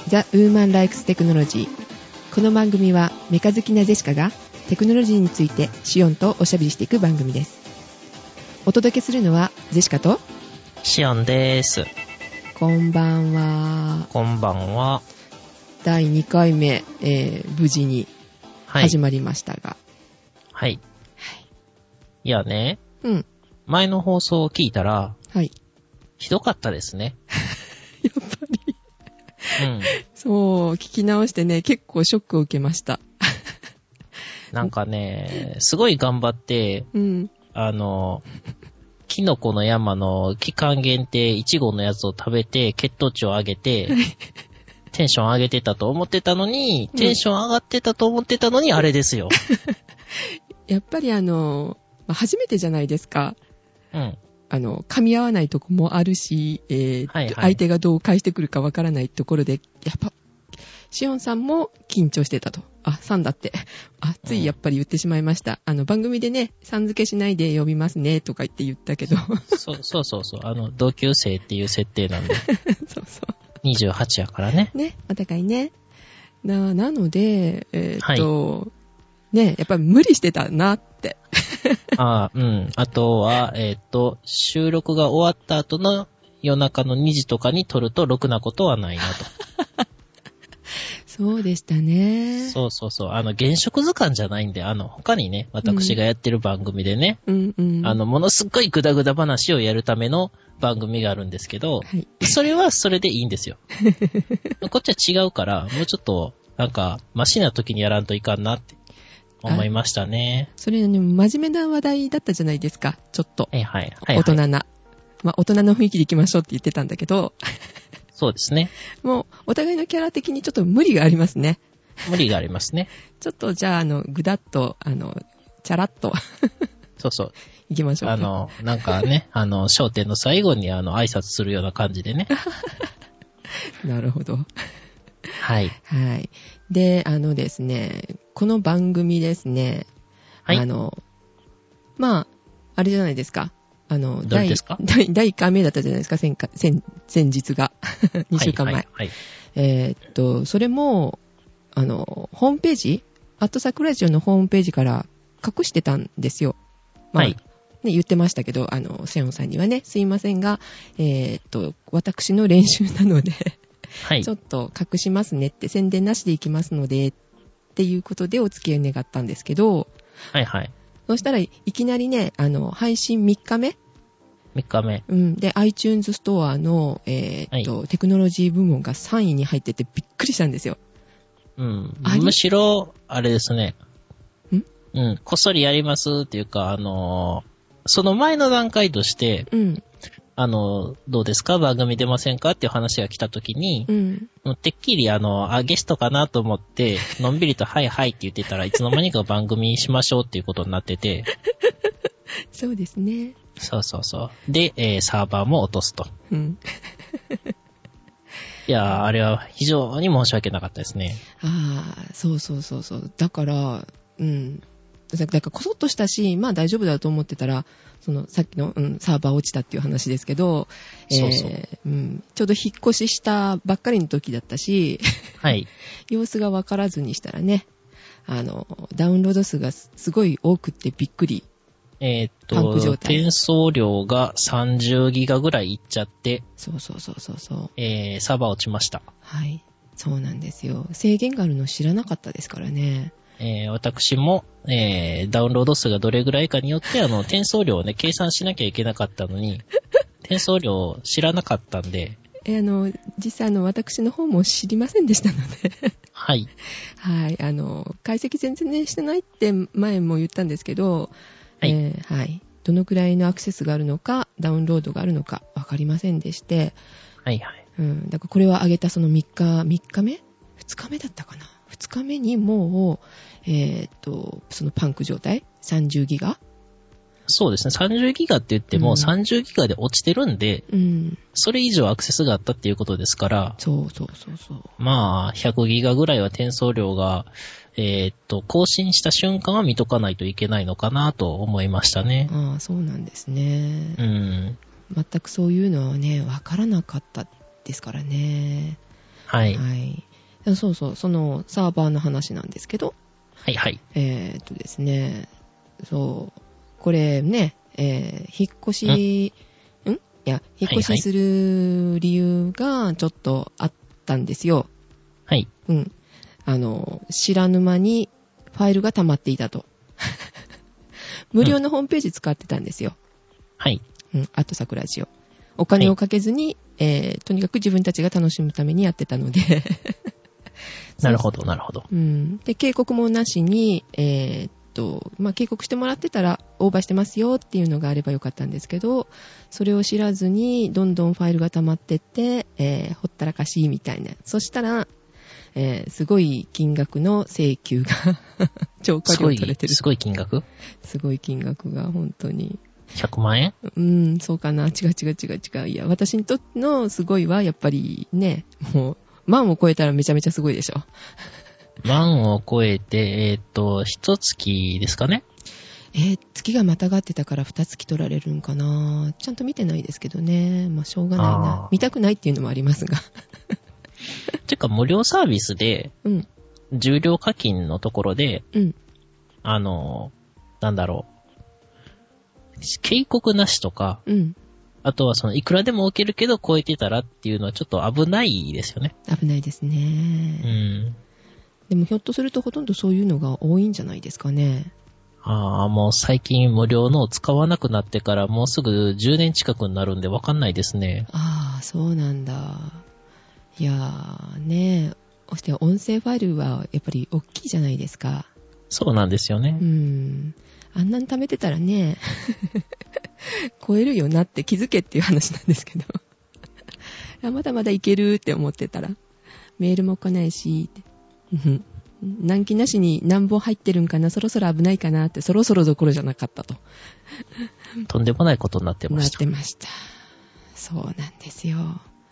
The Woman Likes Technology。この番組はメカ好きなジェシカがテクノロジーについてシオンとおしゃべりしていく番組です。お届けするのはジェシカとシオンです。 こんばんは。 こんばんは。 第2回目、無事に始まりましたが。 はい。はい。いやね。 うん。 前の放送を聞いたら。 はい。 ひどかったですね。 やっぱり。うん。そう、聞き直してね、結構ショックを受けました。 なんかね、すごい頑張って、 うん。 キノコの山の期間限定イチゴのやつを食べて血糖値を上げて、テンション上げてたと思ってたのに、テンション上がってたと思ってたのにあれですよ。 やっぱり初めてじゃないですか。 うん。 噛み合わないとこもあるし、はいはい、相手がどう返してくるかわからないところで、やっぱ、シオンさんも緊張してたと。さんだって。ついやっぱり言ってしまいました。番組でね、さん付けしないで呼びますね、とか言ったけど。 そう。同級生っていう設定なんで。 そうそう。 28やからね。 ね、お互いね。なので、 はい、 ね、やっぱり無理してたなって。 うん。あとは、収録が終わった後の夜中の2時とかに撮るとろくなことはないなと。 そうでしたね。 そう。現職図鑑じゃないんで、他にね、私がやってる番組でね、 うんうん、 ものすっごいグダグダ話をやるための番組があるんですけど、はい、それはそれでいいんですよ。こっちは違うから、もうちょっと、マシな時にやらんといかんなって思いましたね。 それね、真面目な話題だったじゃないですか、ちょっと。 はい。 大人な。大人の雰囲気で行きましょうって言ってたんだけど。 そうですね。 もう、お互いのキャラ的にちょっと無理がありますね。 無理がありますね。 ちょっと、じゃあ、ぐだっと、チャラっと。 そう。 行きましょうか。 なんかね、焦点の最後に挨拶するような感じでね。 なるほど。 はい。 はい。で、ですね、この番組ですね、 はい。 あれじゃないですか。 どれですか？ 第1回目だったじゃないですか、先日が。2週間前。 はい。 それも、ホームページ、サクラジオのホームページから隠してたんですよ。はい。ね、言ってましたけど、セオンさんにはね、すいませんが、私の練習なので、はい。ちょっと隠しますねって、宣伝なしでいきますので、っていうことでお付き合い願ったんですけど、 はい。 そしたらいきなりね、配信3日目。うん。で、iTunes ストアの、はい、テクノロジー部門が3位に入っててびっくりしたんですよ。 うん。むしろ、あれですね。こっそりやりますっていうか、その前の段階として、どうですか番組出ませんかっていう話が来た時に、てっきりゲストかなと思って、のんびりとはいはいって言ってたらいつの間にか番組しましょうっていうことになってて。 そうですね。 そう。で、サーバーも落とすと。いやー、あれは非常に申し訳なかったですね。 そう。だから、だからこそっとしたし、大丈夫だと思ってたら、さっきの、サーバー落ちたっていう話ですけど、ちょうど引っ越ししたばっかりの時だったし、はい。様子がわからずにしたらね、ダウンロード数がすごい多くってびっくり。パンク状態。 転送量が30ギガぐらいいっちゃって、 そう。サーバー落ちました。 はい。そうなんですよ。制限があるの知らなかったですからね。 私も、ダウンロード数がどれぐらいかによって、転送量をね、計算しなきゃいけなかったのに、転送量を知らなかったんで。 実際私の方も知りませんでしたので。 はい。 はい。解析全然ね、してないって前も言ったんですけど、はい。はい。どのくらいのアクセスがあるのか、ダウンロードがあるのか、わかりませんでして。 はい。 だからこれは上げたその3日目 ?2 日目だったかな。2日目にもう、そのパンク状態 ?30 ギガそうですね。30ギガって言っても、30ギガで落ちてるんで、それ以上アクセスがあったっていうことですから、 そう。 100ギガぐらいは転送量が、更新した瞬間は見とかないといけないのかなと思いましたね。 そうなんですね。全くそういうのはね、わからなかったですからね。 はい。 はい。そうそう、そのサーバーの話なんですけど。 はいはい。 ですね、そう、これね、引っ越し、引っ越しする理由がちょっとあったんですよ。 はい。 うん。知らぬ間にファイルが溜まっていたと。無料のホームページ使ってたんですよ。 はい。 うん、あと桜ジオ。お金をかけずに、とにかく自分たちが楽しむためにやってたので。 なるほど、なるほど。 うん。で、警告もなしに、警告してもらってたら、オーバーしてますよっていうのがあればよかったんですけど、それを知らずに、どんどんファイルが溜まってって、ほったらかしみたいな。そしたら、すごい金額の請求が超過料取れてる。 すごい金額？ すごい金額が本当に。 100万円？ うん、そうかな。違う。いや、私にとってのすごいは、やっぱりね、もう、万を超えたらめちゃめちゃすごいでしょ。 万を超えて、一月ですかね？ 月がまたがってたから2月取られるんかな。ちゃんと見てないですけどね。まあ、しょうがないな。見たくないっていうのもありますが。 てか、無料サービスで、 うん。 重量課金のところで、 うん。 なんだろう。警告なしとか、 うん。 あとはいくらでも置けるけど超えてたらっていうのはちょっと危ないですよね。 危ないですね。 うん。 でもひょっとするとほとんどそういうのが多いんじゃないですかね。 もう最近無料のを使わなくなってからもうすぐ10年近くになるんでわかんないですね。 そうなんだ。いやーね、そして音声ファイルはやっぱり大きいじゃないですか。 そうなんですよね。 あんなに貯めてたらね、超えるよなって気づけっていう話なんですけど。まだまだいけるって思ってたら、メールも来ないし、難期なしに何本入ってるんかな、そろそろ危ないかなって、そろそろどころじゃなかったと。 とんでもないことになってました。 なってました。そうなんですよ。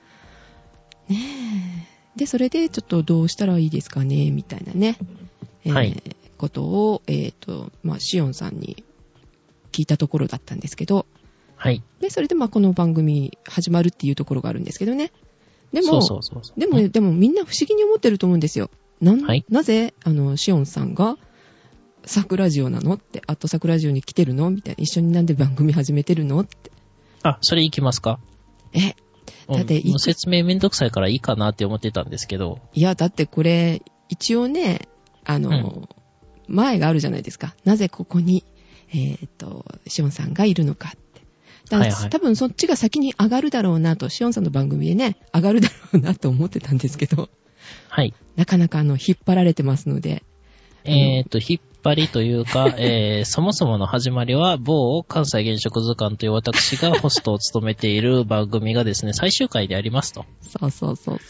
ねえ。で、それでちょっとどうしたらいいですかね、みたいなね。 はい。 ことを、シオンさんに聞いたところだったんですけど。 はい。 で、それでこの番組始まるっていうところがあるんですけどね。でも、でもみんな不思議に思ってると思うんですよ。なぜ、シオンさんが、サクラジオなのって、サクラジオに来てるのみたいな。一緒になんで番組始めてるのって。 それ行きますか？だってもう説明めんどくさいからいいかなって思ってたんですけど。 いや、だってこれ、一応ね、前があるじゃないですか。なぜここに、シオンさんがいるのかって。多分そっちが先に上がるだろうなと、シオンさんの番組でね、上がるだろうなと思ってたんですけど。 はい。 なかなか引っ張られてますので。 引っ張りというか、そもそもの始まりは、某関西現職図鑑という私がホストを務めている番組がですね、最終回でありますと。 そう。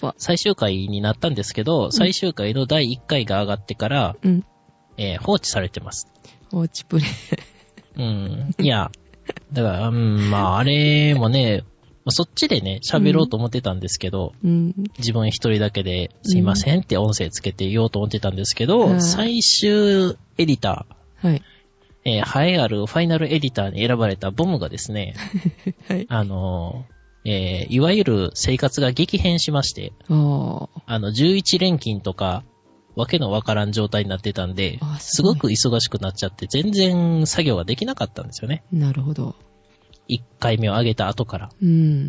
最終回になったんですけど、最終回の第1回が上がってから、放置されてます。 放置プレイ。いや、だから、あれもね、そっちでね、喋ろうと思ってたんですけど、自分一人だけですいませんって音声つけて言おうと思ってたんですけど、最終エディター、はい。栄えあるファイナルエディターに選ばれたボムがですね、はい。いわゆる生活が激変しまして、11連勤とか、わけのわからん状態になってたんで、すごく忙しくなっちゃって、全然作業ができなかったんですよね。 なるほど。 1回目を上げた後から。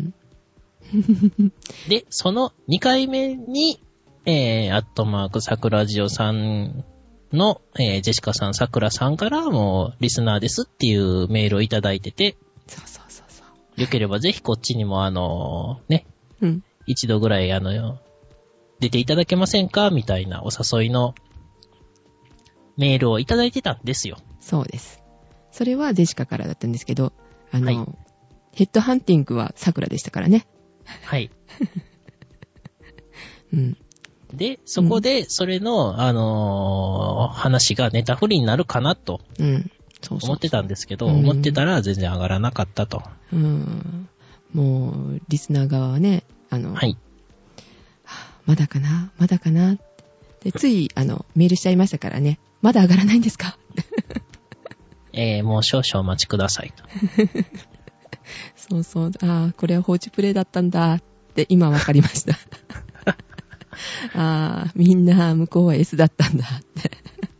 で、その2回目に、サクラジオさんの、ジェシカさん、サクラさんからもリスナーですっていうメールをいただいてて、 そう。 よければぜひこっちにも一度ぐらい出ていただけませんかみたいなお誘いのメールをいただいてたんですよ。 そうです。それはジェシカからだったんですけど、ヘッドハンティングは桜でしたからね。 はい。で、そこで、それの、話がネタフリになるかなと、思ってたんですけど、思ってたら全然上がらなかったと。 もう、リスナー側はね、 はい。 まだかなで、つい、メールしちゃいましたからね。まだ上がらないんですかもう少々お待ちくださいと。 そう。これは放置プレイだったんだって今わかりました。 みんな向こうは S だったんだって。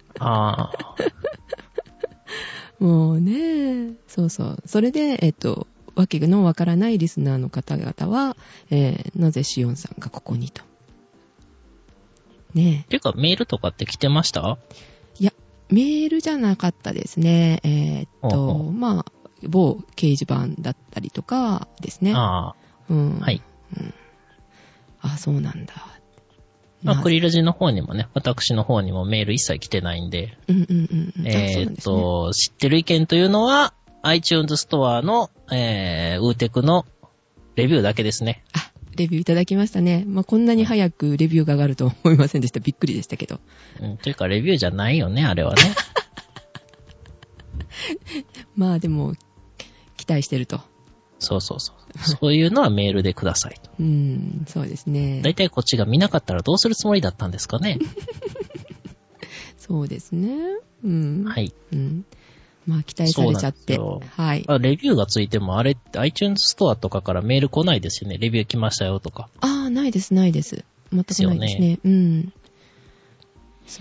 もうね、そうそう。それで、わけのわからないリスナーの方々は、なぜシオンさんがここにと。ねえ。 てか、メールとかって来てました？ いや、メールじゃなかったですね。まあ、某掲示板だったりとかですね。 うん。はい。 うん、そうなんだ。 クリラジの方にもね、私の方にもメール一切来てないんで。知ってる意見というのは、iTunes ストアの、ウーテクのレビューだけですね。 レビューいただきましたね。まあ、こんなに早くレビューが上がるとは思いませんでした。びっくりでしたけど。 というか、レビューじゃないよね、あれはね。 まあ、でも、期待してると。 そう。そういうのはメールでくださいと。 そうですね。 だいたいこっちが見なかったらどうするつもりだったんですかね。 そうですね。 はい。 まあ、期待されちゃって。はい。 レビューがついても、あれって iTunes ストアとかからメール来ないですよね。レビュー来ましたよとか。 ないです。全くないですね。そう。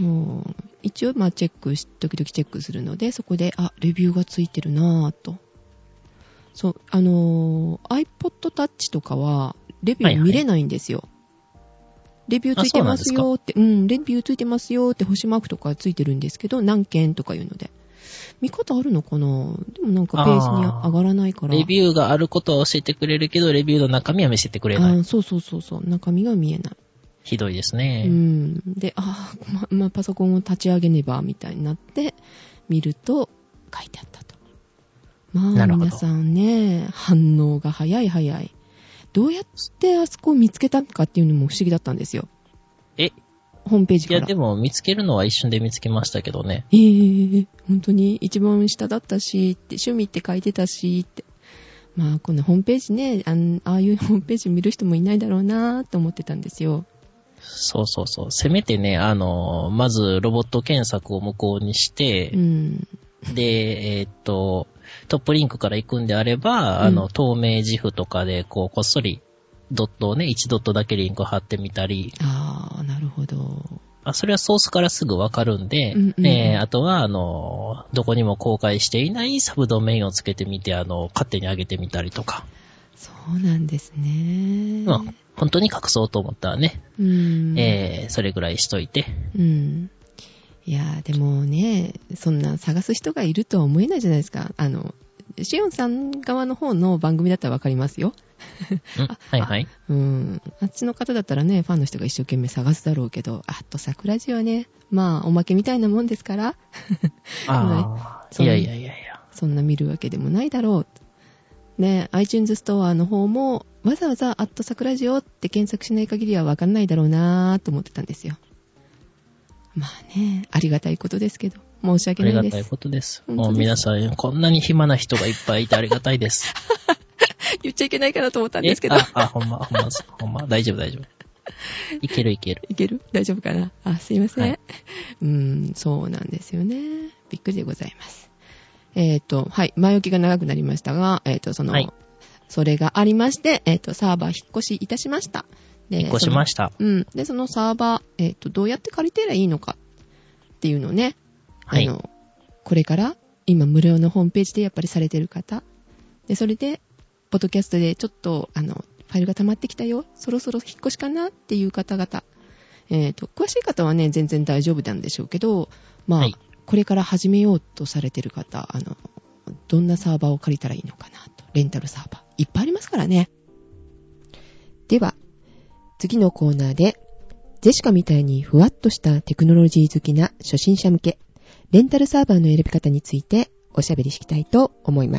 一応、まあ、時々チェックするので、そこで、レビューがついてるなぁと。そう、iPod Touch とかは、レビュー見れないんですよ。レビューついてますよって、レビューついてますよって星マークとかついてるんですけど、何件とかいうので。見方あるのかな？でもなんかページに上がらないから。 レビューがあることは教えてくれるけど、レビューの中身は見せてくれない。 そう。中身が見えない。 ひどいですね。 で、パソコンを立ち上げねば、みたいになって、見ると書いてあったと。まあ、皆さんね、反応が早い。どうやってあそこを見つけたかっていうのも不思議だったんですよ。ホームページから。 いや、でも見つけるのは一瞬で見つけましたけどね。 本当に一番下だったし、って趣味って書いてたし、って。まあ、このホームページね、ああいうホームページ見る人もいないだろうなと思ってたんですよ。 そう。せめてね、まずロボット検索を無効にして、で、トップリンクから行くんであれば、透明自負とかで、こっそり、ドットをね、1ドットだけリンク貼ってみたり。 なるほど。 それはソースからすぐわかるんで、あとは、どこにも公開していないサブドメインをつけてみて、勝手に上げてみたりとか。 そうなんですね。 本当に隠そうと思ったらね、それぐらいしといて。 いやー、でもね、そんな探す人がいるとは思えないじゃないですか。シオンさん側の方の番組だったらわかりますよ。 はい。 あっちの方だったらね、ファンの人が一生懸命探すだろうけど、桜地はね、まあ、おまけみたいなもんですから。 いや。 そんな見るわけでもないだろう。ね、iTunes ストアの方も、わざわざ桜地をって検索しない限りはわかんないだろうなーと思ってたんですよ。まあね、ありがたいことですけど、申し訳ないです。 ありがたいことです。もう皆さん、こんなに暇な人がいっぱいいてありがたいです。 言っちゃいけないかなと思ったんですけど。 ほんま。大丈夫。いける。 大丈夫かな？すいません。はい、そうなんですよね。びっくりでございます。はい、前置きが長くなりましたが、それがありまして、サーバー引っ越しいたしました。 引っ越しました。 で、そのサーバー、どうやって借りてらいいのかっていうのをね、これから今無料のホームページでやっぱりされてる方、で、それで、ポッドキャストでちょっと、ファイルが溜まってきたよ、そろそろ引っ越しかなっていう方々、詳しい方はね、全然大丈夫なんでしょうけど、まあ、これから始めようとされてる方、どんなサーバーを借りたらいいのかなと、レンタルサーバー、いっぱいありますからね。では、次のコーナーで、ジェシカみたいにふわっとしたテクノロジー好きな初心者向け、レンタルサーバーの選び方についておしゃべりしたいと思います。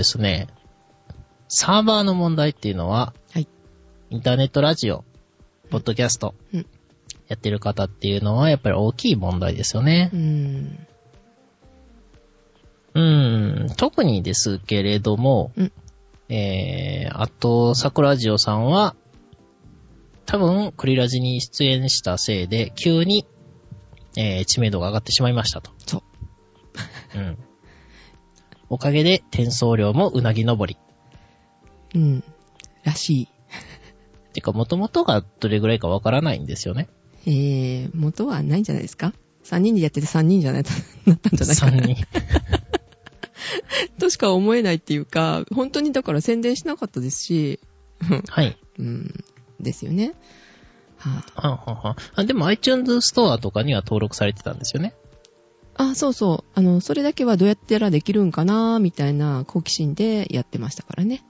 ですね、サーバーの問題っていうのは、はい、インターネットラジオ、ポッドキャスト、やってる方っていうのはやっぱり大きい問題ですよね。特にですけれども、あと、桜ジオさんは、多分、クリラジに出演したせいで、急に、知名度が上がってしまいましたと。 そう。 おかげで、転送料もうなぎ登り。 らしい。 てか、元々がどれぐらいかわからないんですよね。 元はないんじゃないですか ?3 人でやってて3人じゃないとなったんじゃないかな。3人。としか思えないっていうか、本当にだから宣伝しなかったですし。 はい。 ですよね。 でも iTunes ストアとかには登録されてたんですよね。 そうそう。それだけはどうやったらできるんかなみたいな好奇心でやってましたからね。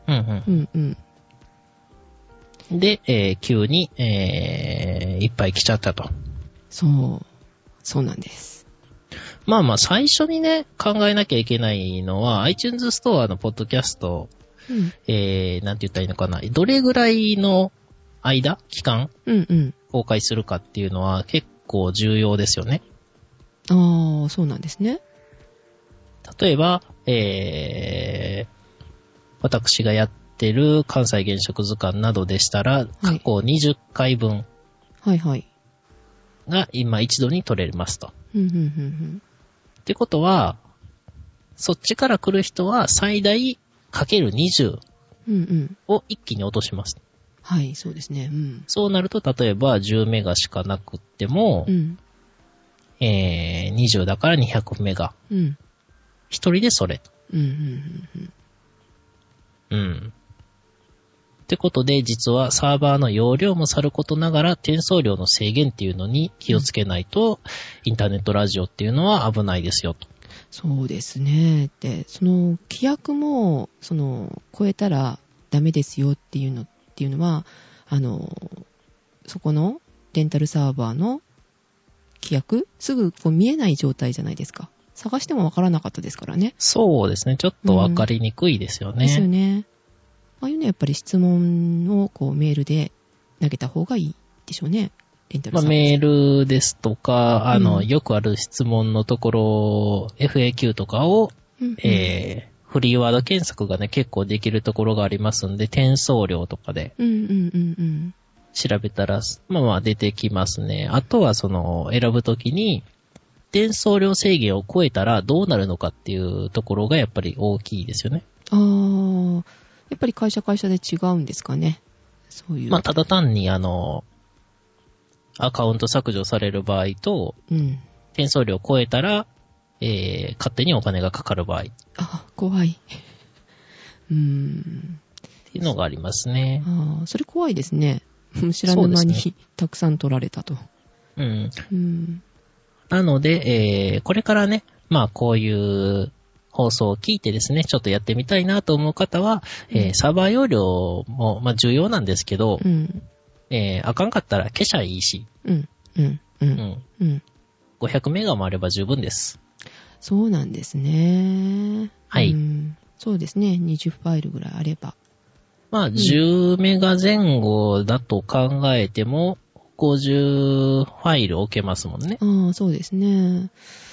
で、急に、いっぱい来ちゃったと。 そうなんです。 まあ最初にね、考えなきゃいけないのは、iTunes ストアのポッドキャスト、なんて言ったらいいのかな。どれぐらいの期間、公開するかっていうのは結構重要ですよね。 そうなんですね。 例えば、私がやってる関西原色図鑑などでしたら、過去20回分が今一度に取れますと。ってことは、そっちから来る人は最大かける20を一気に落とします。 はい、そうですね。 そうなると、例えば10メガしかなくっても、20だから200メガ。一人でそれ。ってことで、実はサーバーの容量もさることながら、転送量の制限っていうのに気をつけないと、インターネットラジオっていうのは危ないですよと。 そうですね。で、規約も、超えたらダメですよっていうのは、そこのレンタルサーバーの規約すぐ見えない状態じゃないですか。探してもわからなかったですからね。 そうですね。ちょっとわかりにくいですよね。 ですよね。ああいうのやっぱり質問をメールで投げた方がいいでしょうね。レンタルサーバー。 メールですとか、よくある質問のところ、FAQ とかを、フリーワード検索がね、結構できるところがありますんで、転送量とかで、調べたら、出てきますね。あとは選ぶときに、転送量制限を超えたらどうなるのかっていうところがやっぱり大きいですよね。 やっぱり会社で違うんですかね。そういう。 ただ単にアカウント削除される場合と、転送量を超えたら、勝手にお金がかかる場合。 怖い。 っていうのがありますね。 それ怖いですね。知らぬ間にたくさん取られたと。 なので、これからね、こういう放送を聞いてですね、ちょっとやってみたいなと思う方は、サーバー容量も、重要なんですけど、あかんかったら消しゃいいし、500メガもあれば十分です。 そうなんですね。 はい。 そうですね、20ファイルぐらいあれば。 10メガ前後だと考えても、50ファイル置けますもんね。 そうですね。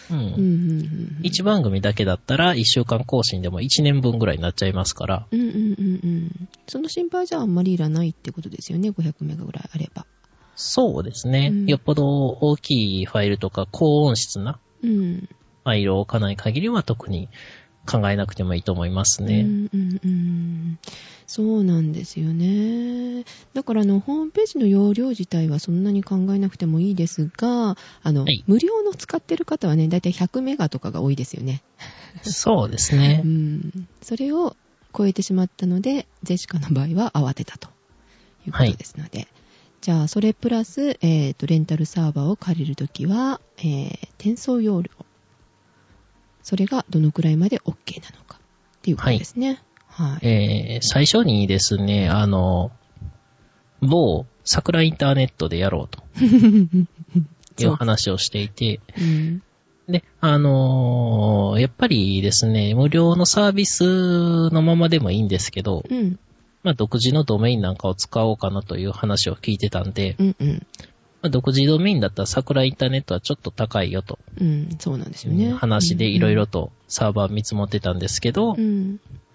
1番組だけだったら1週間更新でも1年分ぐらいになっちゃいますから。 その心配じゃあんまりいらないってことですよね、500メガぐらいあれば。 そうですね。よっぽど大きいファイルとか高音質なファイルを置かない限りは特に考えなくてもいいと思いますね。 そうなんですよね。だからホームページの容量自体はそんなに考えなくてもいいですが、無料の使ってる方はね、だいたい100メガとかが多いですよね。 そうですね。 それを超えてしまったので、ゼシカの場合は慌てたということですので。じゃあ、それプラス、レンタルサーバーを借りるときは、転送容量。それがどのくらいまで OK なのかっていうことですね。 最初にですね、某桜インターネットでやろうという話をしていて、 で、やっぱりですね、無料のサービスのままでもいいんですけど、まあ、独自のドメインなんかを使おうかなという話を聞いてたんで、まあ、独自ドメインだったら桜インターネットはちょっと高いよと。 そうなんですよね。 話でいろいろとサーバー見積もってたんですけど、も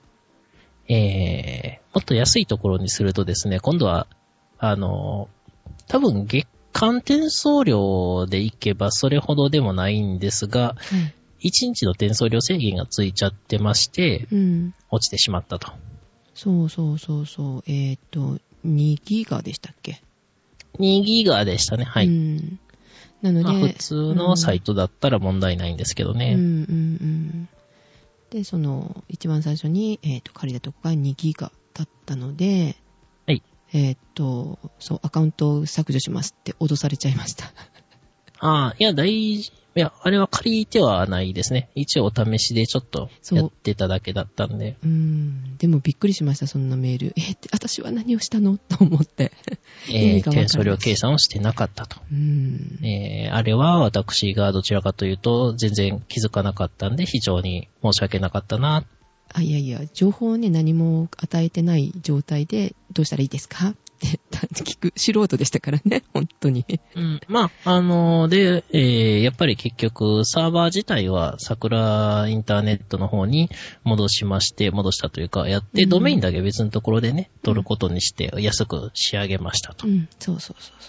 っと安いところにするとですね、今度は、多分月間転送量でいけばそれほどでもないんですが、1日の転送量制限がついちゃってまして、落ちてしまったと。 そう。2ギガでしたっけ ？2ギガでしたね、はい。 なので、 まあ、普通のサイトだったら問題ないんですけどね。 で、一番最初に、借りたとこが2ギガだったので、 はい。 アカウントを削除しますって脅されちゃいました。 いや、あれは借りてはないですね。一応お試しでちょっとやってただけだったんで。 でもびっくりしました、そんなメール。私は何をしたのと思って。 転送量計算をしてなかったと。あれは私がどちらかというと全然気づかなかったんで非常に申し訳なかったな。 いや、情報をね、何も与えてない状態でどうしたらいいですかって聞く素人でしたからね、本当に。 まあ、やっぱり結局サーバー自体は桜インターネットの方に戻したというかやって、ドメインだけ別のところでね、取ることにして安く仕上げましたと。 そう。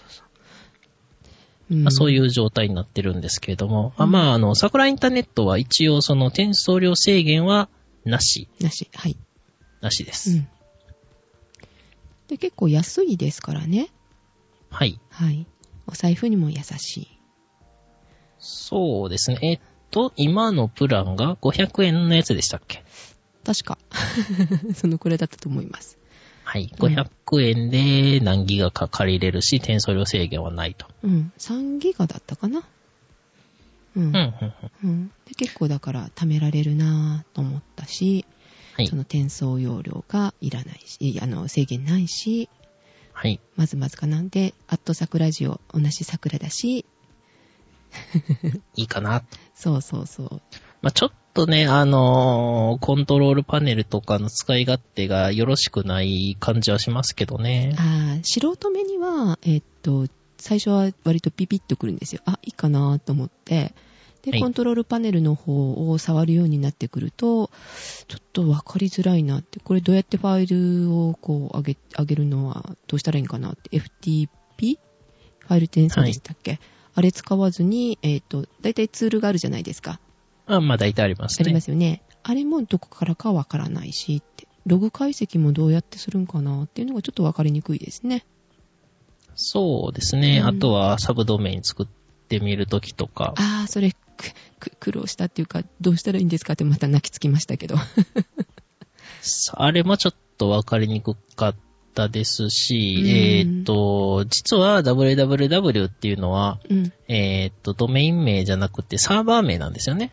そういう状態になってるんですけれども、桜インターネットは一応その転送量制限はなし。 はい。 なしです。 で、結構安いですからね。 はい。 お財布にも優しい。 そうですね。今のプランが500円のやつでしたっけ？ 確か。そのくらいだったと思います。 はい。500円で何ギガか借りれるし、転送量制限はないと。 3ギガだったかな。で結構だから貯められるなぁと思ったし、その転送容量がいらないし、制限ないし、まずかなんで、桜ジオ同じ桜だし、 いいかな。 そう。 まあ、ちょっとね、コントロールパネルとかの使い勝手がよろしくない感じはしますけどね。 素人目には、最初は割とピピッとくるんですよ。いいかなと思って。で、コントロールパネルの方を触るようになってくると、ちょっとわかりづらいなって、これどうやってファイルをこう上げるのはどうしたらいいんかなって、FTP？ ファイル転送でしたっけ？あれ使わずに、だいたいツールがあるじゃないですか。 だいたいありますね。 ありますよね。あれもどこからかわからないしって、ログ解析もどうやってするんかなっていうのがちょっとわかりにくいですね。 そうですね。あとはサブドメイン作ってみるときとか。 それ苦労したっていうか、どうしたらいいんですかってまた泣きつきましたけど。 あれもちょっとわかりにくかったですし、実は www っていうのは、ドメイン名じゃなくてサーバー名なんですよね。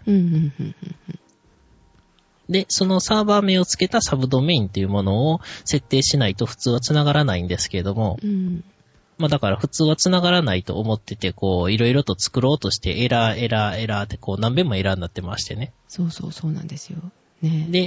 で、そのサーバー名をつけたサブドメインっていうものを設定しないと普通は繋がらないんですけれども、だから普通は繋がらないと思ってて、いろいろと作ろうとしてエラーって何遍もエラーになってましてね。 そうなんですよ。ね。 で、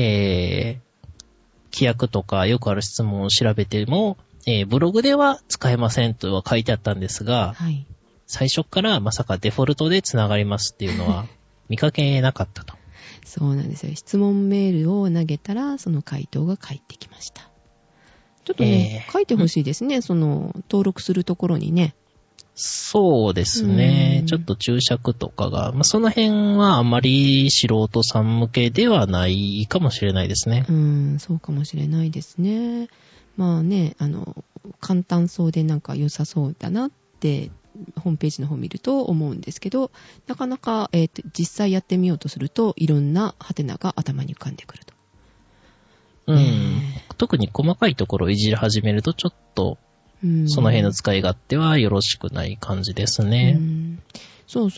規約とかよくある質問を調べても、ブログでは使えませんとは書いてあったんですが、最初からまさかデフォルトで繋がりますっていうのは見かけなかったと。 そうなんですよ。質問メールを投げたら、その回答が返ってきました。ちょっとね、書いてほしいですね。登録するところにね。 そうですね。ちょっと注釈とかが、その辺はあまり素人さん向けではないかもしれないですね。 そうかもしれないですね。簡単そうでなんか良さそうだなって、ホームページの方見ると思うんですけど、なかなか、実際やってみようとすると、いろんなハテナが頭に浮かんでくると。 特に細かいところをいじり始めるとちょっとその辺の使い勝手はよろしくない感じですね。 そう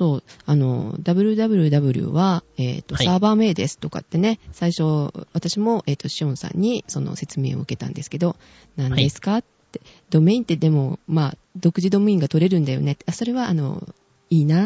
www は、サーバー名ですとかってね、最初私もシオンさんにその説明を受けたんですけど、何ですかって、ドメインってでも独自ドメインが取れるんだよねって、それはいいなって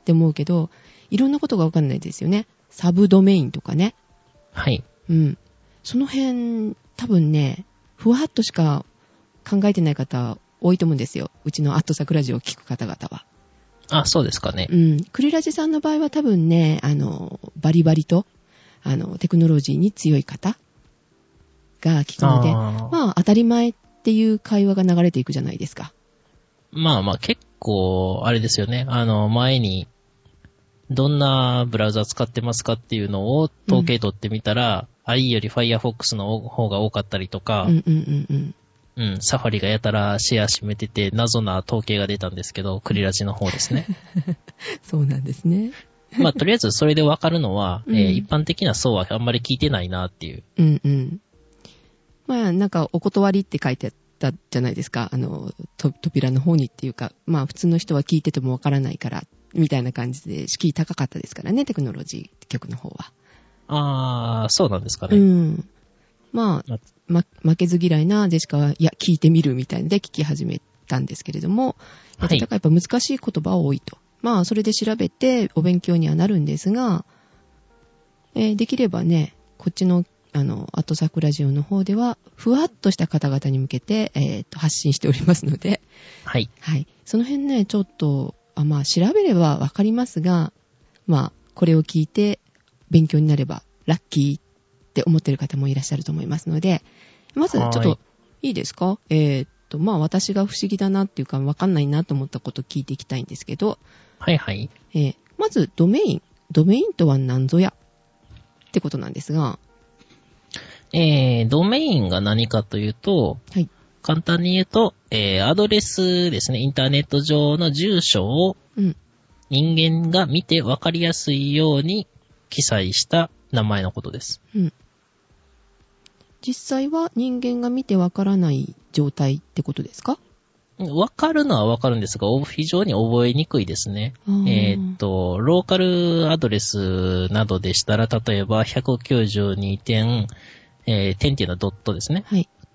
って思うけど、いろんなことがわかんないですよね。サブドメインとかね。 はい。 うん。その辺、多分ね、ふわっとしか考えてない方多いと思うんですよ。うちのアットサクラジオを聞く方々は。 あ、そうですかね。 うん。クリラジさんの場合は多分ね、バリバリと、テクノロジーに強い方が聞くので、まあ、当たり前っていう会話が流れていくじゃないですか。 まあまあ、結構、あれですよね。前に、どんなブラウザ使ってますかっていうのを統計取ってみたら、IE より Firefox の方が多かったりとか、サファリがやたらシェア占めてて、謎な統計が出たんですけど、クリラジの方ですね。 そうなんですね。 まあ、とりあえずそれでわかるのは、一般的な層はあんまり聞いてないなっていう。 うんうん。まあ、なんか、お断りって書いてあったじゃないですか。扉の方にっていうか、まあ、普通の人は聞いててもわからないから、みたいな感じで、敷居高かったですからね、テクノロジー局の方は。 ああ、そうなんですかね。 うん。まあ、負けず嫌いなジェシカは、いや、聞いてみるみたいので聞き始めたんですけれども、だからやっぱ難しい言葉多いと。まあ、それで調べてお勉強にはなるんですが、できればね、こっちの、アットサクラジオの方では、ふわっとした方々に向けて、発信しておりますので、 はい。 はい。その辺ね、ちょっと、まあ、調べればわかりますが、まあ、これを聞いて勉強になればラッキーって思ってる方もいらっしゃると思いますので、まずちょっといいですか？まあ私が不思議だなっていうかわかんないなと思ったことを聞いていきたいんですけど、 はいはい。 まずドメインとは何ぞやってことなんですが、 ドメインが何かというと、はい、簡単に言うと、アドレスですね、インターネット上の住所を人間が見て分かりやすいように記載した名前のことです。うん、 実際は人間が見て分からない状態ってことですか？ 分かるのは分かるんですが、非常に覚えにくいですね。ローカルアドレスなどでしたら、例えば 192. 点っていうのはドットですね。はい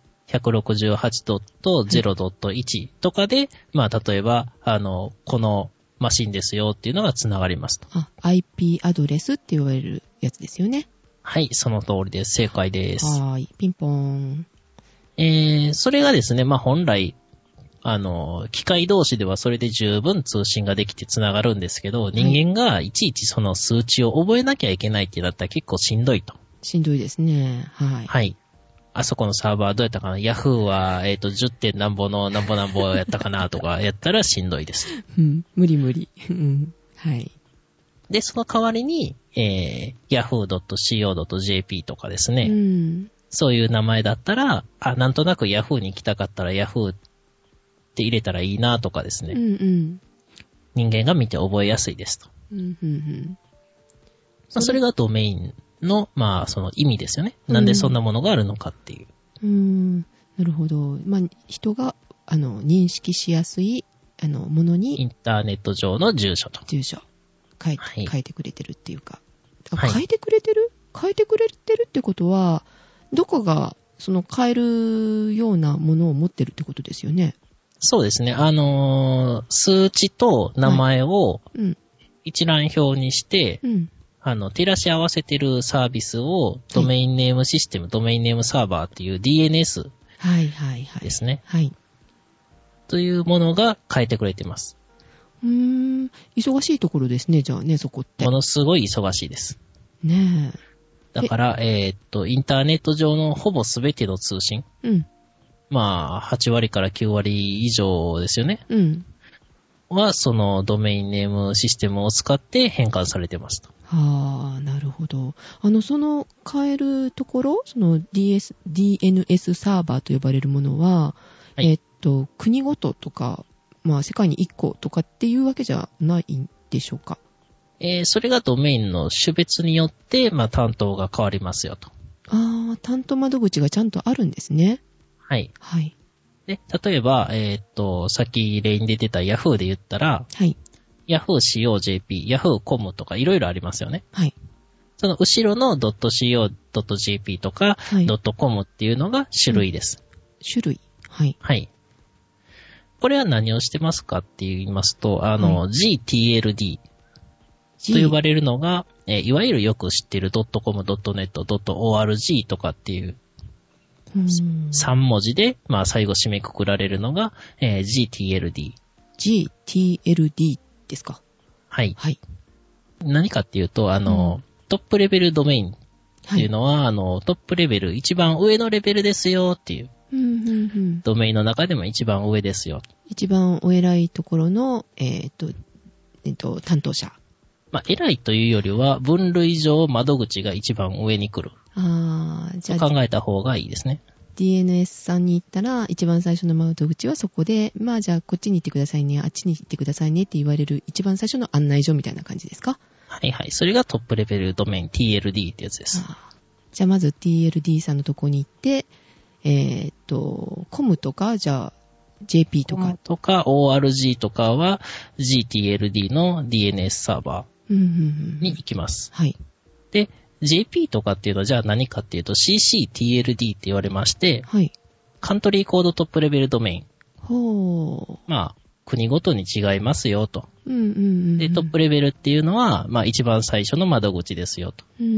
。168.0.1 とかで、まあ、例えば、このマシンですよっていうのが繋がりますと。 IP アドレスって言われるやつですよね。 はい、その通りです。正解です。 はい、ピンポーン。 それがですね、まあ、本来、機械同士ではそれで十分通信ができて繋がるんですけど、人間がいちいちその数値を覚えなきゃいけないってなったら結構しんどいと。 しんどいですね。はい。 はい。あそこのサーバーどうやったかな？ Yahoo は、10. 点なんぼのなんぼなんぼやったかなとかやったらしんどいです。 うん、無理。うん、はい。 で、その代わりに、yahoo.co.jp とかですね。うん。そういう名前だったら、なんとなく Yahoo に行きたかったら Yahoo って入れたらいいなとかですね。うんうん。人間が見て覚えやすいですと。うんうんうん。まあ、それがドメインの、まあ、その意味ですよね。なんでそんなものがあるのかっていう。 なるほど。まあ、人が、認識しやすい、ものに。 インターネット上の住所と。 書いてくれてるっていうか。変えてくれてるってことは、どこが、変えるようなものを持ってるってことですよね。 そうですね。数値と名前を一覧表にして、照らし合わせてるサービスをドメインネームシステム、ドメインネームサーバーっていう DNS ですね。はい。というものが変えてくれてます。 忙しいところですね、じゃあね、そこって。 ものすごい忙しいです。 ねえ。だから、インターネット上のほぼすべての通信。まあ、8割から9割以上ですよね。は、そのドメインネームシステムを使って変換されてますと。 はあ、なるほど。その変えるところ、その DNS サーバーと呼ばれるものは、はい、国ごととか、まあ世界に1個とかっていうわけじゃないんでしょうか。 それがドメインの種別によって、まあ担当が変わりますよと。 担当窓口がちゃんとあるんですね。 はい。はい。で、例えば、さっき例に出てた Yahoo で言ったら、はい。Yahoo.co.jp、Yahoo.com とかいろいろありますよね。はい。その後ろの .co.jp とか、はい、.com っていうのが種類です。 種類。はい。 はい。これは何をしてますかって言いますと、GTLD。 と呼ばれるのが、いわゆるよく知っている .com、.net、.org とかっていう3文字で、まあ最後締めくくられるのが、GTLD。 GTLD ですか？ はい。 はい。 何かっていうと、トップレベルドメインっていうのは、トップレベル、一番上のレベルですよっていう。ドメインの中でも一番上ですよ。 一番お偉いところの、担当者。 まあ、偉いというよりは、分類上窓口が一番上に来る。じゃあ考えた方がいいですね。 DNS さんに行ったら、一番最初の窓口はそこで、まあじゃあこっちに行ってくださいね、あっちに行ってくださいねって言われる一番最初の案内所みたいな感じですか？ はいはい。それがトップレベルドメイン TLD ってやつです。 じゃあまず TLD さんのとこに行って、COM とか、じゃあ JP とか。 COM とか ORG とかは GTLD の DNS サーバーに行きます。 はい。 で、JP とかっていうのはじゃあ何かっていうと CCTLD って言われまして、 はい。 カントリーコードトップレベルドメイン。 ほう。 まあ、国ごとに違いますよと。 で、 トップレベルっていうのは、まあ一番最初の窓口ですよと。と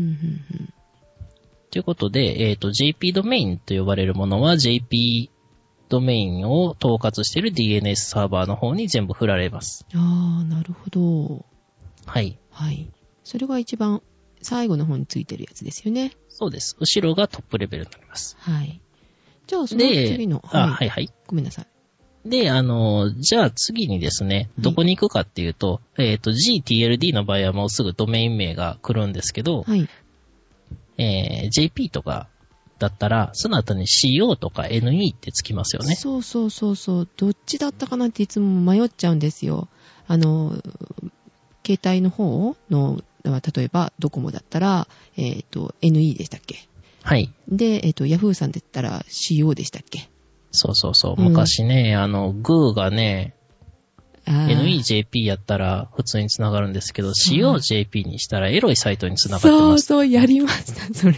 いうことで、JP ドメインと呼ばれるものは JP ドメインを統括している DNS サーバーの方に全部振られます。 なるほど。 はい。 はい。それが一番最後の方についてるやつですよね。 そうです。後ろがトップレベルになります。 はい。じゃあその次の。 はいはい。 ごめんなさい。 で、じゃあ次にですね、どこに行くかっていうと、GTLD の場合はもうすぐドメイン名が来るんですけど、 はい。 JP とかだったら、その後に CO とか NE ってつきますよね。 そう。どっちだったかなっていつも迷っちゃうんですよ。携帯の方の、例えばドコモだったら、NE でしたっけ？ はい。 で、Yahoo さんで言ったら CO でしたっけ？ そう。昔ね、グーがね、NEJP やったら普通に繋がるんですけど、COJP にしたらエロいサイトに繋がってます。 そう、やりました、それ。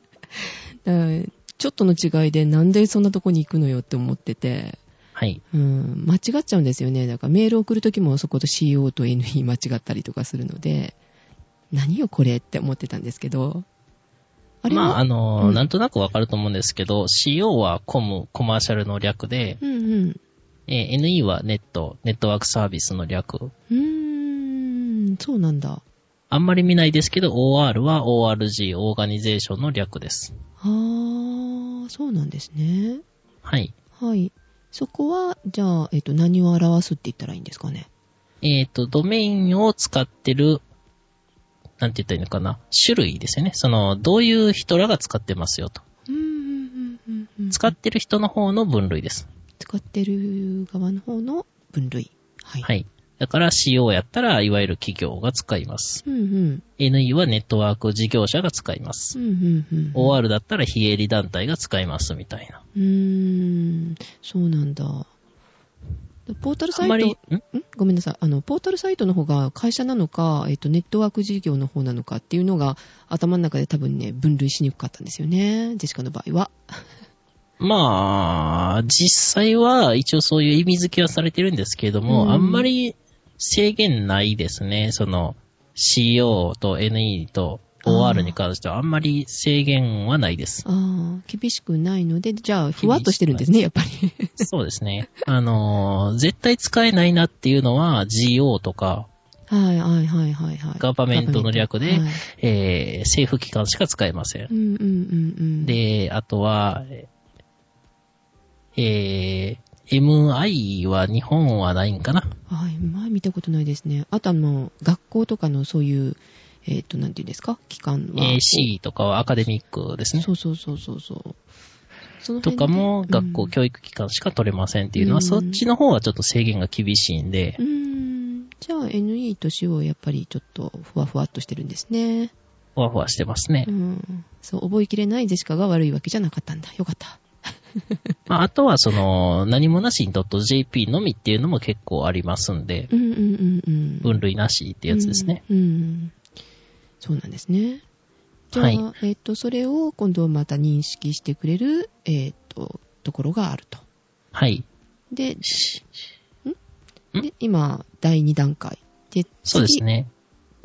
ちょっとの違いでなんでそんなとこに行くのよって思ってて。 はい。 間違っちゃうんですよね。だからメール送るときもそこと CO と NE 間違ったりとかするので、何よこれって思ってたんですけど。 まあ、なんとなくわかると思うんですけど、CO はコマーシャルの略で、NE はネットワークサービスの略。 そうなんだ。 あんまり見ないですけど、OR は ORG、オーガニゼーションの略です。 そうなんですね。 はい。 はい。そこは、じゃあ、何を表すって言ったらいいんですかね。 ドメインを使ってる、なんて言ったらいいのかな。種類ですよね。どういう人らが使ってますよと。使ってる人の方の分類です。 使ってる側の方の分類。はい。 はい。だから CO やったら、いわゆる企業が使います。NE はネットワーク事業者が使います。OR だったら非営利団体が使いますみたいな。 そうなんだ。ポータルサイト、ごめんなさい。ポータルサイトの方が会社なのか、ネットワーク事業の方なのかっていうのが頭の中で多分ね、分類しにくかったんですよね。ジェシカの場合は。 まあ、実際は一応そういう意味付けはされてるんですけれども、あんまり制限ないですね。CO と NE と OR に関してはあんまり制限はないです。 厳しくないので、じゃあ、ふわっとしてるんですね、やっぱり。 そうですね。絶対使えないなっていうのは GO とか、 はい。 ガバメントの略で、政府機関しか使えません。で、あとは、MI は日本はないんかな？ はい、前見たことないですね。あと学校とかのそういう、なんていうんですか？機関は。 AC とかはアカデミックですね。 そう。そのとかも学校教育機関しか取れませんっていうのは、そっちの方はちょっと制限が厳しいんで。 じゃあ NE とCOはやっぱりちょっとふわふわっとしてるんですね。 ふわふわしてますね。 そう、覚えきれないジェシカが悪いわけじゃなかったんだ。よかった。 あとは何もなしに .jp のみっていうのも結構ありますんで、分類なしってやつですね。 そうなんですね。じゃあ、それを今度また認識してくれる、ところがあると。 はい。 で、今、第2段階。で、 そうですね。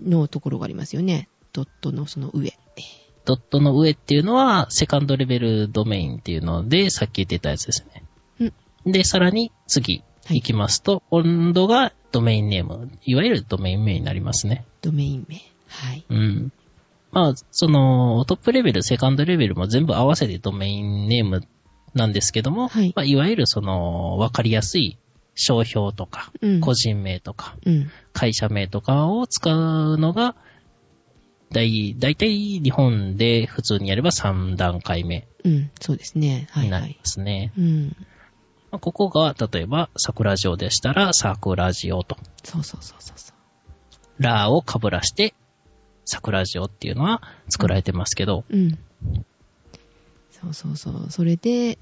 のところがありますよね。ドットのその上。 ドットの上っていうのは、セカンドレベルドメインっていうので、さっき言ってたやつですね。で、さらに次行きますと、今度がドメインネーム。いわゆるドメイン名になりますね。 ドメイン名。はい。 まあ、その、トップレベル、セカンドレベルも全部合わせてドメインネームなんですけども、まあ、いわゆるその、わかりやすい商標とか、個人名とか、会社名とかを使うのが、だいたい日本で普通にやれば3段階目。 そうですね。 になりますね。まあ、ここが、例えば、桜ジオでしたら、桜ジオと。 そう。 ラーを被らして、桜ジオっていうのは作られてますけど。 そう。それで、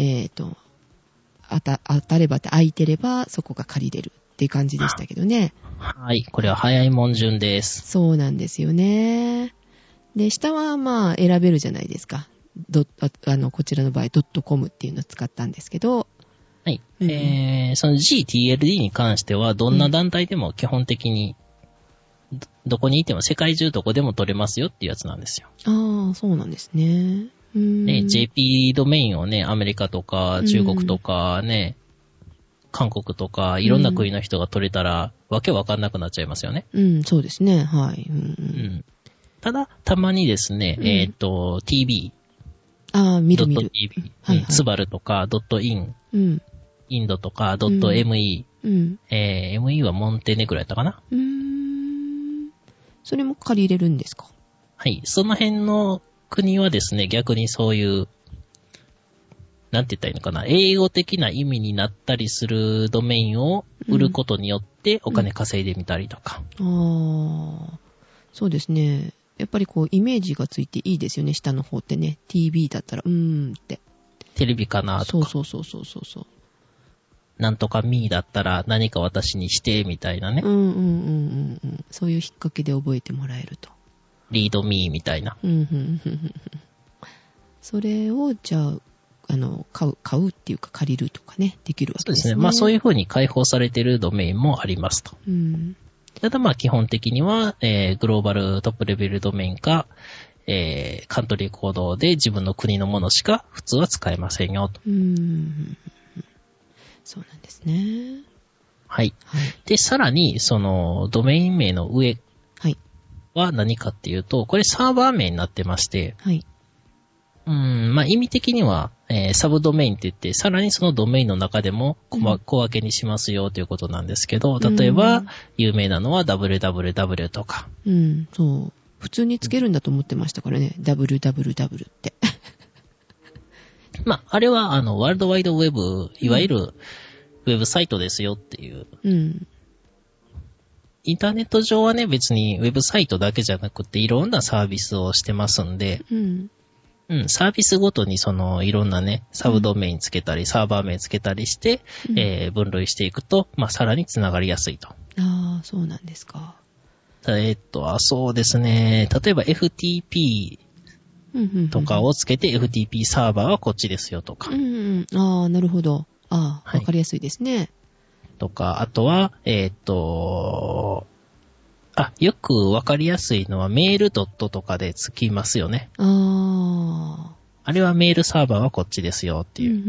当たればって空いてれば、そこが借りれるっていう感じでしたけどね。 はい。これは早いもん順です。 そうなんですよね。で、下はまあ選べるじゃないですか。こちらの場合、.com っていうのを使ったんですけど。 はい。その GTLD に関しては、どんな団体でも基本的に、どこにいても世界中どこでも取れますよっていうやつなんですよ。 ああ、そうなんですね。 JP ドメインをね、アメリカとか中国とかね、韓国とかいろんな国の人が取れたら、わけわかんなくなっちゃいますよね。 そうですね。はい。 ただ、たまにですね、TV。 見る。 .tv。スバルとか、.in。インドとか、.me。ME はモンテネグロやったかな。 それも借りれるんですか？ はい。その辺の国はですね、逆にそういう、なんて言ったらいいのかな、英語的な意味になったりするドメインを売ることによってお金稼いでみたりとか。 そうですね。やっぱりこうイメージがついていいですよね、下の方ってね。TV だったら、って。 テレビかなとか。 そう。 なんとかミーだったら何か私にして、みたいなね。 そういう引っ掛けで覚えてもらえると。 リードミーみたいな。 それを、じゃあ、買うっていうか借りるとかね、できるわけですね。 そうですね。まあそういう風に開放されているドメインもありますと。ただまあ基本的には、グローバルトップレベルドメインか、カントリーコードで自分の国のものしか普通は使えませんよと。 そうなんですね。 はい。で、さらに、その、ドメイン名の上は何かっていうと、これサーバー名になってまして、まあ意味的には、サブドメインって言って、さらにそのドメインの中でも小分けにしますよということなんですけど、例えば、有名なのは www とか。 そう。普通につけるんだと思ってましたからね、www って。 まあ、あれは、ワールドワイドウェブ、いわゆるウェブサイトですよっていう。インターネット上はね、別にウェブサイトだけじゃなくて、いろんなサービスをしてますんで、サービスごとにその、いろんなね、サブドメインつけたり、サーバー名つけたりして、分類していくと、まあ、さらにつながりやすいと。 そうなんですか。 そうですね。例えば FTP、とかをつけて FTP サーバーはこっちですよとか。 なるほど。わかりやすいですね。 とか、あとは、よくわかりやすいのはメールドットとかでつきますよね。あれはメールサーバーはこっちですよっていう。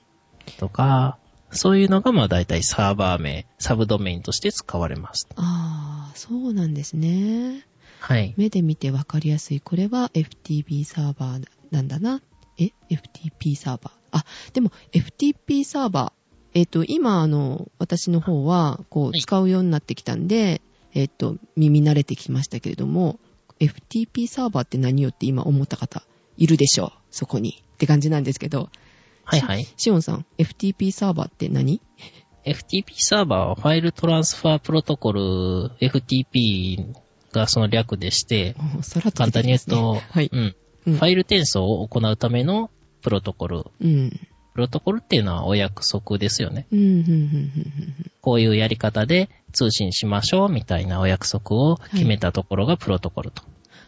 とか、そういうのがまあ大体サーバー名、サブドメインとして使われます。 そうなんですね。 はい。 目で見てわかりやすい。これは FTP サーバーなんだな。FTP サーバー。でも FTP サーバー。今私の方は、使うようになってきたんで、耳慣れてきましたけれども、FTP サーバーって何よって今思った方いるでしょう。そこに。って感じなんですけど。シオンさん、FTP サーバーって何？ FTP サーバーはファイルトランスファープロトコル FTPがその略でして、簡単に言うと、ファイル転送を行うためのプロトコル。プロトコルっていうのはお約束ですよね。こういうやり方で通信しましょうみたいなお約束を決めたところがプロトコルと。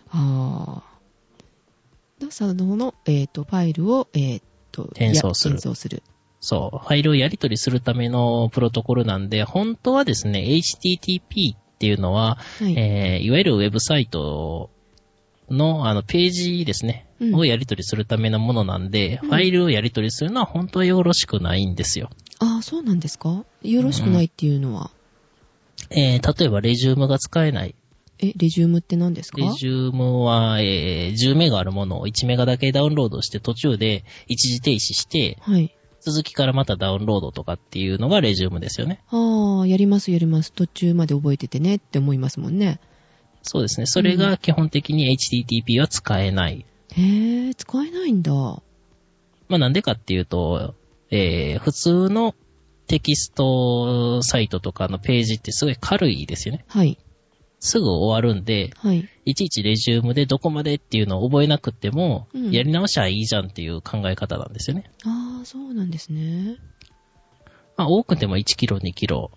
その、ファイルを、 転送する。そう。ファイルをやり取りするためのプロトコルなんで、本当はですね、HTTP っていうのは、はい、いわゆるウェブサイトのページですね、をやり取りするためのものなんで、ファイルをやり取りするのは本当はよろしくないんですよ。 ああ、そうなんですか？よろしくないっていうのは、 例えばレジュームが使えない。 レジュームって何ですか？ レジュームは、10メガあるものを1メガだけダウンロードして途中で一時停止して、はい、続きからまたダウンロードとかっていうのがレジュームですよね。 ああ、やります。途中まで覚えててねって思いますもんね。 そうですね。それが基本的に HTTP は使えない。 へえ、使えないんだ。まあなんでかっていうと、普通のテキストサイトとかのページってすごい軽いですよね。はい。すぐ終わるんで、はい。いちいちレジュームでどこまでっていうのを覚えなくっても、やり直しはいいじゃんっていう考え方なんですよね。 ああ、そうなんですね。 まあ多くても1キロ、2キロ。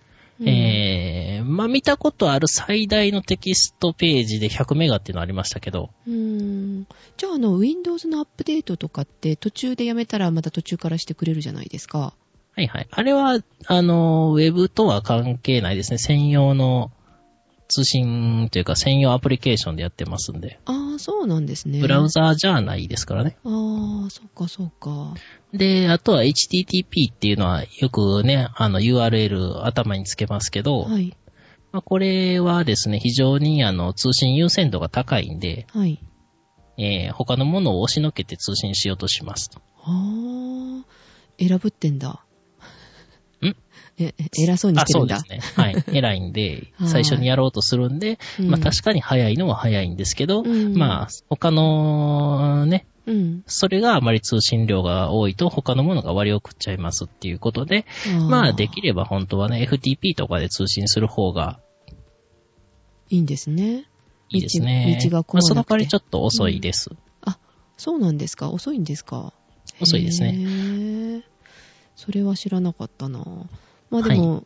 まあ見たことある最大のテキストページで100メガっていうのありましたけど。 じゃあWindows のアップデートとかって途中でやめたらまた途中からしてくれるじゃないですか。 はいはい。あれは、ウェブとは関係ないですね。専用の通信というか専用アプリケーションでやってますんで。 ああ、そうなんですね。 ブラウザーじゃないですからね。 ああ、そっかそっか。 で、あとは HTTP っていうのはよくね、URL 頭につけますけど、はい。まあ、これはですね、非常に通信優先度が高いんで、はい。他のものを押しのけて通信しようとしますと。 ああ、選ぶってんだ。偉そうにしてるんだ。 そうですね。はい。偉いんで、最初にやろうとするんで、まあ確かに早いのは早いんですけど、まあ他のね、それがあまり通信量が多いと他のものが割り送っちゃいますっていうことで、まあできれば本当はね、FTP とかで通信する方がいいんですね。 いいですね。 道が混まなくて。 まあその代わりちょっと遅いです。 あ、そうなんですか？遅いんですか？ 遅いですね。 それは知らなかったな。まあでも、はい、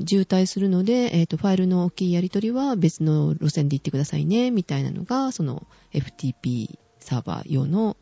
渋滞するので、ファイルの大きいやり取りは別の路線で行ってくださいね、みたいなのが、その FTP サーバー用の、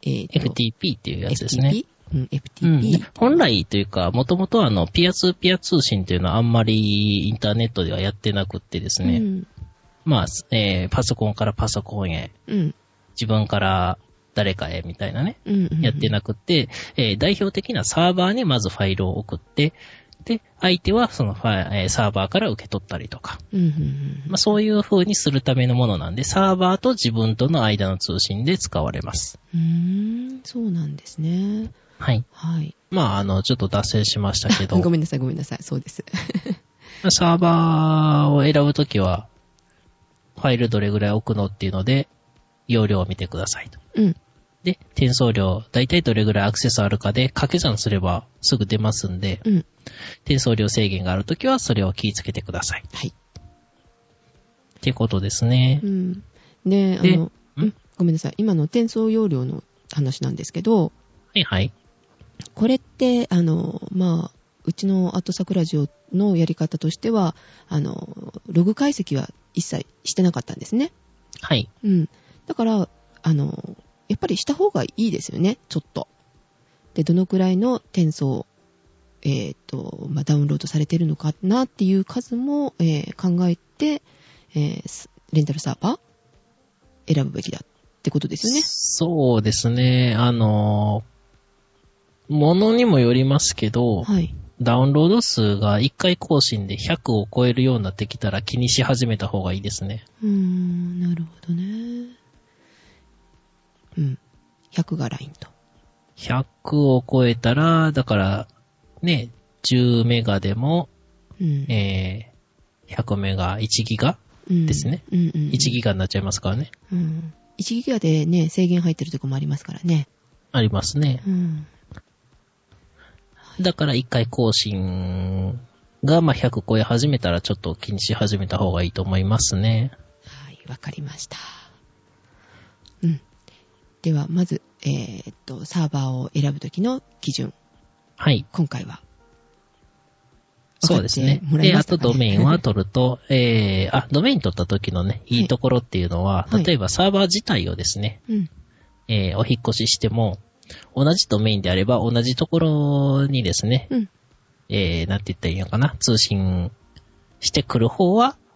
FTP っていうやつですね。 FTP。 本来というか、もともとピアツーピア通信というのはあんまりインターネットではやってなくってですね。まあ、パソコンからパソコンへ、自分から誰かへみたいなね、やってなくって、代表的なサーバーにまずファイルを送って、で、相手はそのサーバーから受け取ったりとか、まあ、そういう風にするためのものなんで、サーバーと自分との間の通信で使われます。 そうなんですね。 はい。はい。まあ、ちょっと脱線しましたけど。 ごめんなさい。そうです。 サーバーを選ぶときは、ファイルどれぐらい置くのっていうので、容量を見てくださいと。で、転送量、だいたいどれぐらいアクセスあるかで掛け算すればすぐ出ますんで、転送量制限があるときはそれを気をつけてください。はい。ってことですね。 で、ごめんなさい。今の転送容量の話なんですけど、 はいはい。 これって、まあ、うちのアットサクラジオのやり方としては、ログ解析は一切してなかったんですね。 はい。 だから、やっぱりした方がいいですよね、ちょっと。で、どのくらいの転送、まあ、ダウンロードされてるのかなっていう数も、考えて、レンタルサーバー選ぶべきだってことですよね。 そうですね。ものにもよりますけど、はい、ダウンロード数が1回更新で100を超えるようになってきたら気にし始めた方がいいですね。 なるほどね。100がラインと。 100を超えたら、だから、ね、10メガでも、100メガ、1ギガですね。1ギガになっちゃいますからね。 1ギガでね、制限入ってるとこもありますからね。 ありますね。だから1回更新が、まあ、100超え始めたらちょっと気にし始めた方がいいと思いますね。 はい、わかりました。では、まず、サーバーを選ぶときの基準。 はい。 今回は。 そうですね。で、あとドメインは取ると、ドメイン取った時のね、いいところっていうのは、例えばサーバー自体をですね、お引っ越ししても、同じドメインであれば、同じところにですね、なんて言ったらいいのかな、通信してくる方は、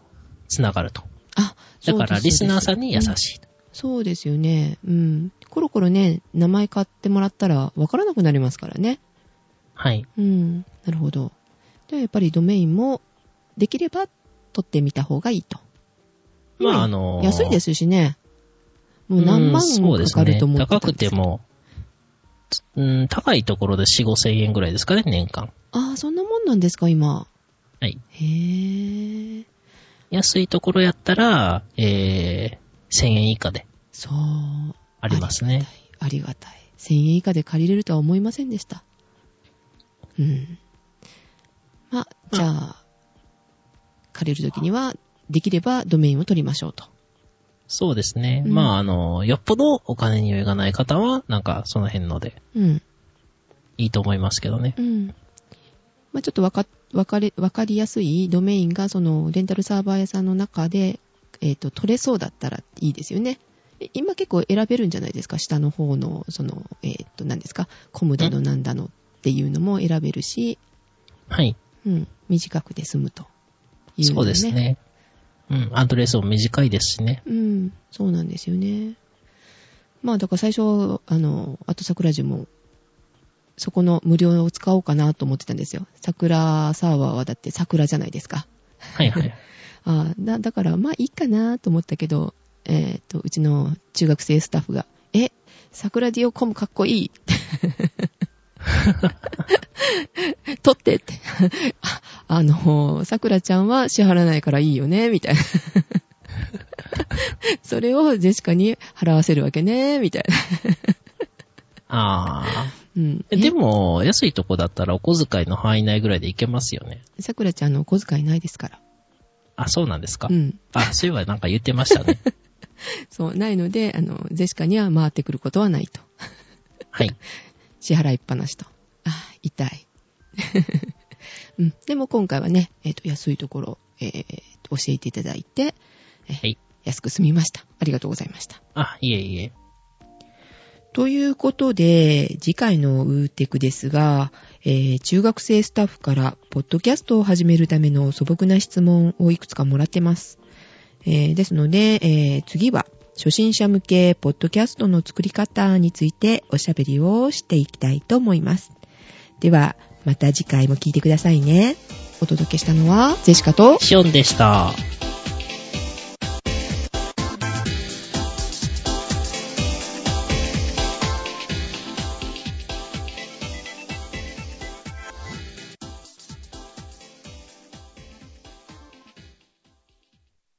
繋がると。 あ、そうです。 だからリスナーさんに優しい。 そうですよね。うん。コロコロね、名前買ってもらったら分からなくなりますからね。 はい。 うん。なるほど。ではやっぱりドメインもできれば取ってみた方がいいと。 まあ安いですしね。もう何万かかると思ってたんですけど。 高くても、高いところで4、5千円ぐらいですかね、年間。 ああ、そんなもんなんですか、今。 はい。 へぇー。 安いところやったら、1000円以下で。 そう。 ありますね。 ありがたい。1000円以下で借りれるとは思いませんでした。うん。まあ、じゃあ、借りるときには、できればドメインを取りましょうと。 そうですね。うん、まあ、よっぽどお金に余裕がない方は、なんかその辺ので、いいと思いますけどね。 うん。まあ、ちょっとわかりやすいドメインが、その、レンタルサーバー屋さんの中で、取れそうだったらいいですよね。今結構選べるんじゃないですか、下の方の、その、何ですか、コムだのなんだのっていうのも選べるし、 はい。 うん、短くで済むという、ね。 そうですね。うん、アドレスも短いですしね。 うん、そうなんですよね。まあ、だから最初、後桜樹も、そこの無料を使おうかなと思ってたんですよ。桜サーバーはだって桜じゃないですか。 はいはい。 だから、まあいいかなと思ったけど、うちの中学生スタッフが、桜ディオコムかっこいい。取ってって。桜ちゃんは支払わないからいいよね、みたいな。それをジェシカに払わせるわけね、みたいな。うん、 でも、安いとこだったらお小遣いの範囲内ぐらいでいけますよね。 桜ちゃんのお小遣いないですから。 あ、そうなんですか。 うん。 そういえばなんか言ってましたね。 そう、ないので、ジェシカには回ってくることはないと。 はい。 支払いっぱなしと。痛い。うん。でも今回はね、安いところ、教えていただいて、 はい。 安く済みました。ありがとうございました。 いえいえ。 ということで、次回のウーテクですが、中学生スタッフからポッドキャストを始めるための素朴な質問をいくつかもらってます。ですので、次は初心者向けポッドキャストの作り方についておしゃべりをしていきたいと思います。では、また次回も聞いてくださいね。お届けしたのはジェシカとシオンでした。